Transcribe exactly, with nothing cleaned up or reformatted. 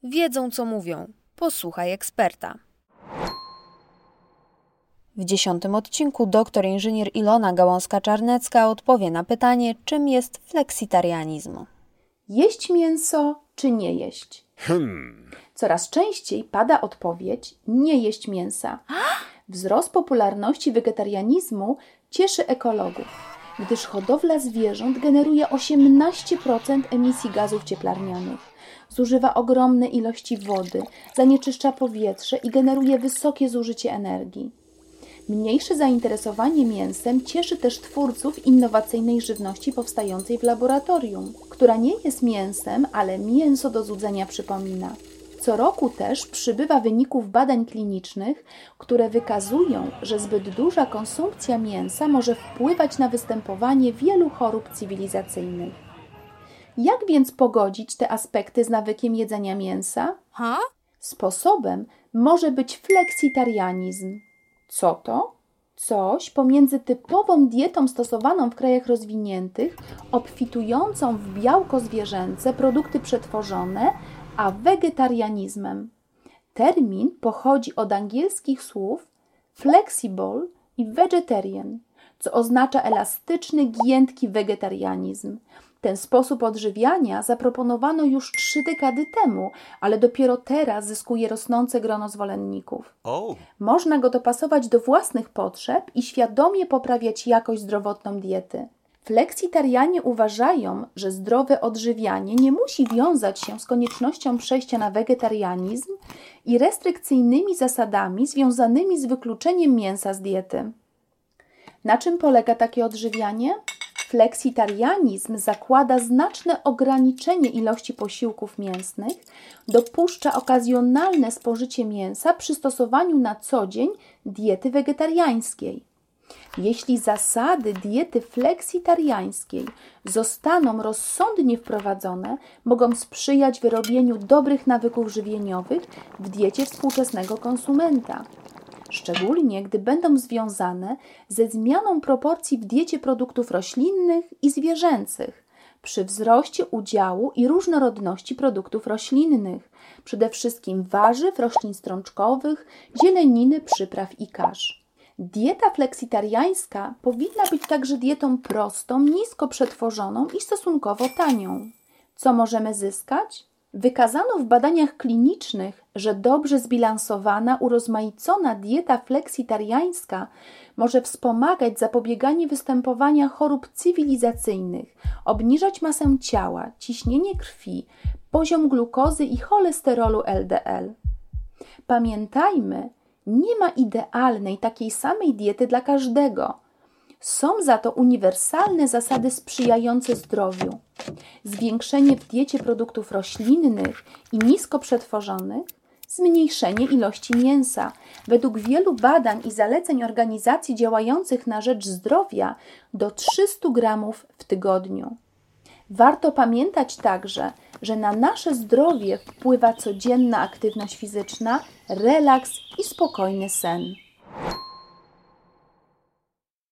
wiedzą, co mówią. Posłuchaj eksperta. W dziesiątym odcinku doktor inżynier Ilona Gałązka-Czarnecka odpowie na pytanie, czym jest fleksitarianizm. Jeść mięso czy nie jeść? Hmm. Coraz częściej pada odpowiedź nie jeść mięsa. Wzrost popularności wegetarianizmu cieszy ekologów, gdyż hodowla zwierząt generuje osiemnaście procent emisji gazów cieplarnianych, zużywa ogromne ilości wody, zanieczyszcza powietrze i generuje wysokie zużycie energii. Mniejsze zainteresowanie mięsem cieszy też twórców innowacyjnej żywności powstającej w laboratorium, która nie jest mięsem, ale mięso do złudzenia przypomina. Co roku też przybywa wyników badań klinicznych, które wykazują, że zbyt duża konsumpcja mięsa może wpływać na występowanie wielu chorób cywilizacyjnych. Jak więc pogodzić te aspekty z nawykiem jedzenia mięsa? Ha? Sposobem może być fleksitarianizm. Co to? Coś pomiędzy typową dietą stosowaną w krajach rozwiniętych, obfitującą w białko zwierzęce, produkty przetworzone, a wegetarianizmem. Termin pochodzi od angielskich słów flexible i vegetarian, co oznacza elastyczny, giętki wegetarianizm. Ten sposób odżywiania zaproponowano już trzy dekady temu, ale dopiero teraz zyskuje rosnące grono zwolenników. Oh. Można go dopasować do własnych potrzeb i świadomie poprawiać jakość zdrowotną diety. Fleksitarianie uważają, że zdrowe odżywianie nie musi wiązać się z koniecznością przejścia na wegetarianizm i restrykcyjnymi zasadami związanymi z wykluczeniem mięsa z diety. Na czym polega takie odżywianie? Fleksitarianizm zakłada znaczne ograniczenie ilości posiłków mięsnych, dopuszcza okazjonalne spożycie mięsa przy stosowaniu na co dzień diety wegetariańskiej. Jeśli zasady diety fleksitariańskiej zostaną rozsądnie wprowadzone, mogą sprzyjać wyrobieniu dobrych nawyków żywieniowych w diecie współczesnego konsumenta. Szczególnie gdy będą związane ze zmianą proporcji w diecie produktów roślinnych i zwierzęcych, przy wzroście udziału i różnorodności produktów roślinnych, przede wszystkim warzyw, roślin strączkowych, zieleniny, przypraw i kasz. Dieta fleksitariańska powinna być także dietą prostą, nisko przetworzoną i stosunkowo tanią. Co możemy zyskać? Wykazano w badaniach klinicznych, że dobrze zbilansowana, urozmaicona dieta fleksitariańska może wspomagać zapobieganie występowania chorób cywilizacyjnych, obniżać masę ciała, ciśnienie krwi, poziom glukozy i cholesterolu L D L. Pamiętajmy, nie ma idealnej takiej samej diety dla każdego. Są za to uniwersalne zasady sprzyjające zdrowiu. Zwiększenie w diecie produktów roślinnych i nisko przetworzonych, zmniejszenie ilości mięsa. Według wielu badań i zaleceń organizacji działających na rzecz zdrowia do trzysta gramów w tygodniu. Warto pamiętać także, że na nasze zdrowie wpływa codzienna aktywność fizyczna, relaks i spokojny sen.